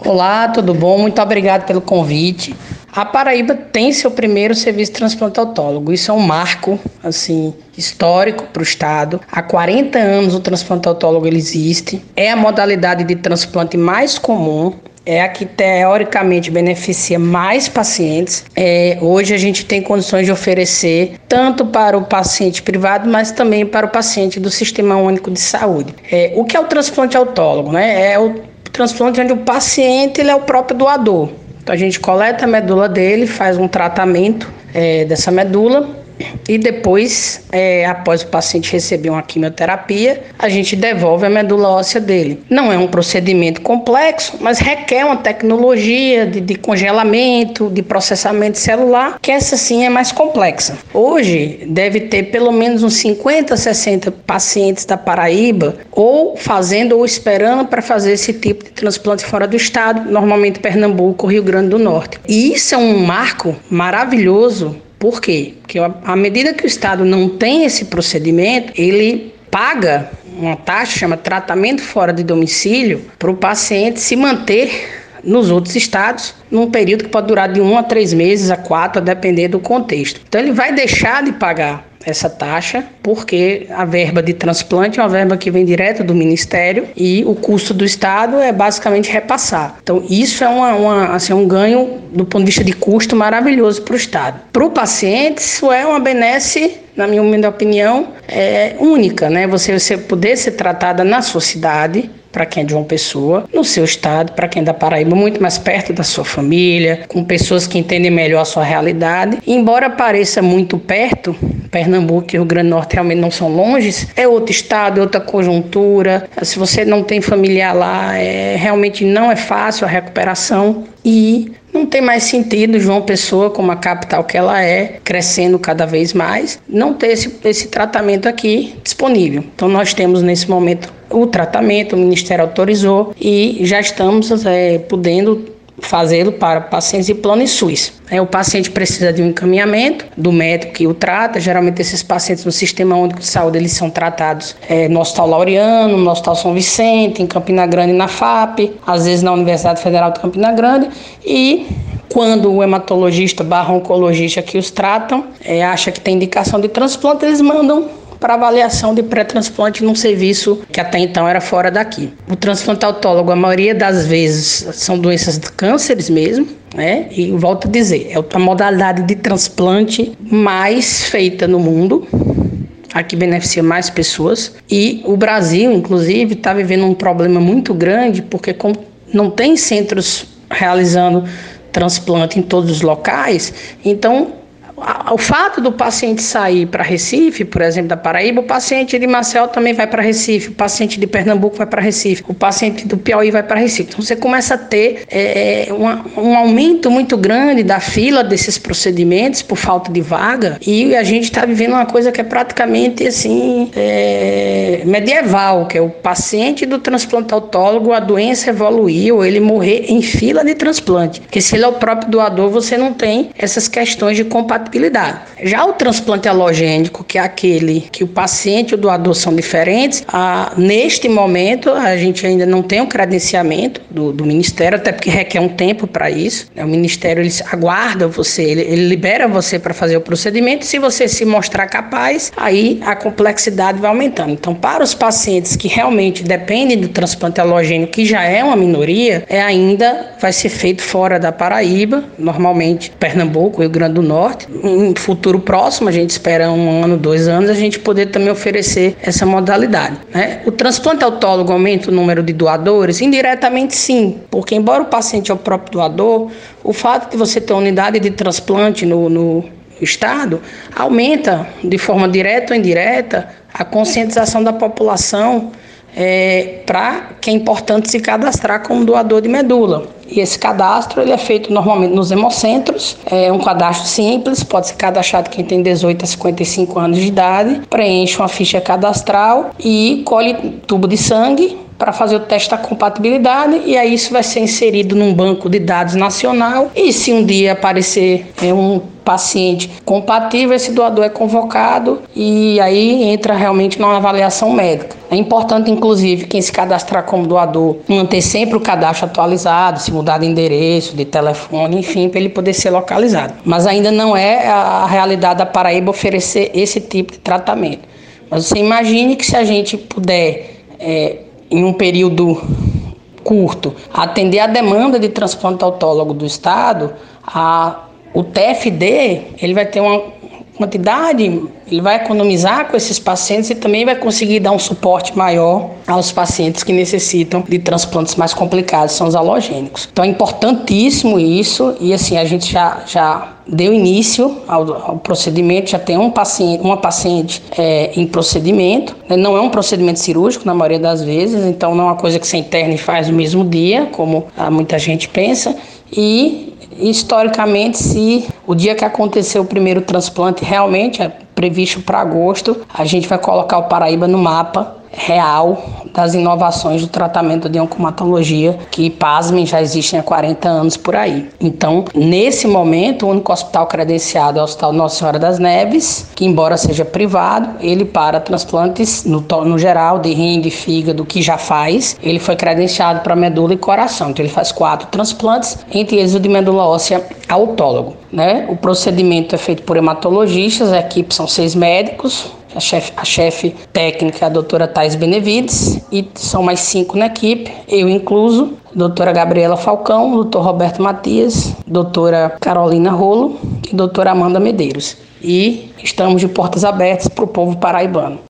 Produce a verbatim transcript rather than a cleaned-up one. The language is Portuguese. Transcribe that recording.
Olá, tudo bom? Muito obrigado pelo convite. A Paraíba tem seu primeiro serviço de transplante autólogo. Isso é um marco, assim, histórico para o estado. Há quarenta anos o transplante autólogo ele existe. É a modalidade de transplante mais comum. É a que teoricamente beneficia mais pacientes. É, hoje a gente tem condições de oferecer tanto para o paciente privado, mas também para o paciente do Sistema Único de Saúde. É, o que é o transplante autólogo, né? É o transplante onde o paciente ele é o próprio doador. Então a gente coleta a medula dele, faz um tratamento é, dessa medula. E depois, é, após o paciente receber uma quimioterapia, a gente devolve a medula óssea dele. Não é um procedimento complexo, mas requer uma tecnologia de, de congelamento, de processamento celular, que essa sim é mais complexa. Hoje, deve ter pelo menos uns cinquenta, sessenta pacientes da Paraíba, ou fazendo ou esperando para fazer esse tipo de transplante fora do estado, normalmente Pernambuco ou Rio Grande do Norte. E isso é um marco maravilhoso. Por quê? Porque à medida que o Estado não tem esse procedimento, ele paga uma taxa, chama tratamento fora de domicílio, para o paciente se manter nos outros estados, num período que pode durar de um a três meses, a quatro, a depender do contexto. Então ele vai deixar de pagar essa taxa, porque a verba de transplante é uma verba que vem direto do Ministério e o custo do Estado é basicamente repassar. Então isso é uma, uma, assim, um ganho do ponto de vista de custo maravilhoso para o Estado. Para o paciente, isso é uma benesse, na minha humilde opinião, é única, né? Você, você poder ser tratada na sua cidade, para quem é de João Pessoa, no seu estado, para quem é da Paraíba, muito mais perto da sua família, com pessoas que entendem melhor a sua realidade. E, embora pareça muito perto, Pernambuco e Rio Grande do Norte realmente não são longes, é outro estado, é outra conjuntura. Se você não tem familiar lá, é, realmente não é fácil a recuperação e não tem mais sentido João Pessoa, como a capital que ela é, crescendo cada vez mais, não ter esse, esse tratamento aqui disponível. Então nós temos nesse momento o tratamento, o Ministério autorizou e já estamos é, podendo fazê-lo para pacientes de plano e SUS. É, o paciente precisa de um encaminhamento do médico que o trata. Geralmente esses pacientes no Sistema Único de Saúde eles são tratados é, no Hospital Laureano, no Hospital São Vicente, em Campina Grande na FAP, às vezes na Universidade Federal de Campina Grande. E quando o hematologista barra oncologista que os tratam é, acha que tem indicação de transplante, eles mandam para avaliação de pré-transplante num serviço que até então era fora daqui. O transplante autólogo, a maioria das vezes, são doenças de cânceres mesmo, né? E volto a dizer, é a modalidade de transplante mais feita no mundo, a que beneficia mais pessoas. E o Brasil, inclusive, está vivendo um problema muito grande, porque como não tem centros realizando transplante em todos os locais, então o fato do paciente sair para Recife, por exemplo, da Paraíba, o paciente de Maceió também vai para Recife, o paciente de Pernambuco vai para Recife, o paciente do Piauí vai para Recife. Então você começa a ter é, uma, um aumento muito grande da fila desses procedimentos por falta de vaga e a gente está vivendo uma coisa que é praticamente assim é, medieval, que é o paciente do transplante autólogo, a doença evoluir ou ele morrer em fila de transplante. Porque se ele é o próprio doador, você não tem essas questões de compatibilidade. Já o transplante halogênico, que é aquele que o paciente e o doador são diferentes, ah, neste momento a gente ainda não tem o credenciamento do, do Ministério, até porque requer um tempo para isso. O Ministério ele aguarda você, ele, ele libera você para fazer o procedimento. Se você se mostrar capaz, aí a complexidade vai aumentando. Então, para os pacientes que realmente dependem do transplante halogênico, que já é uma minoria, é ainda vai ser feito fora da Paraíba, normalmente Pernambuco, Rio Grande do Norte. Em futuro próximo, a gente espera um ano, dois anos, a gente poder também oferecer essa modalidade, né? O transplante autólogo aumenta o número de doadores? Indiretamente sim, porque embora o paciente é o próprio doador, o fato de você ter uma unidade de transplante no, no estado aumenta de forma direta ou indireta a conscientização da população É, para que é importante se cadastrar como doador de medula. E esse cadastro ele é feito normalmente nos hemocentros, é um cadastro simples, pode ser cadastrado quem tem dezoito a cinquenta e cinco anos de idade, preenche uma ficha cadastral e colhe tubo de sangue para fazer o teste da compatibilidade, e aí isso vai ser inserido num banco de dados nacional, e se um dia aparecer é, um paciente compatível, esse doador é convocado e aí entra realmente numa avaliação médica. É importante, inclusive, quem se cadastrar como doador manter sempre o cadastro atualizado, se mudar de endereço, de telefone, enfim, para ele poder ser localizado. Mas ainda não é a realidade da Paraíba oferecer esse tipo de tratamento. Mas você imagine que se a gente puder, é, em um período curto, atender a demanda de transplante autólogo do Estado, a o T F D, ele vai ter uma quantidade, ele vai economizar com esses pacientes e também vai conseguir dar um suporte maior aos pacientes que necessitam de transplantes mais complicados, são os halogênicos. Então é importantíssimo isso, e assim, a gente já, já deu início ao, ao procedimento, já tem um paciente, uma paciente é, em procedimento, né? Não é um procedimento cirúrgico na maioria das vezes, então não é uma coisa que você interna e faz no mesmo dia, como muita gente pensa, e historicamente, se o dia que acontecer o primeiro transplante realmente é previsto para agosto, a gente vai colocar o Paraíba no mapa real das inovações do tratamento de oncomatologia, que, pasmem, já existem há quarenta anos por aí. Então, nesse momento, o único hospital credenciado é o Hospital Nossa Senhora das Neves, que, embora seja privado, ele para transplantes no, no geral, de rim, de fígado, que já faz. Ele foi credenciado para medula e coração, então ele faz quatro transplantes, entre eles o de medula óssea autólogo, né? O procedimento é feito por hematologistas, a equipe são seis médicos, a chefe, a chefe técnica é a doutora Thais Benevides, e são mais cinco na equipe, eu incluso, doutora Gabriela Falcão, doutor Roberto Matias, doutora Carolina Rolo e doutora Amanda Medeiros. E estamos de portas abertas para o povo paraibano.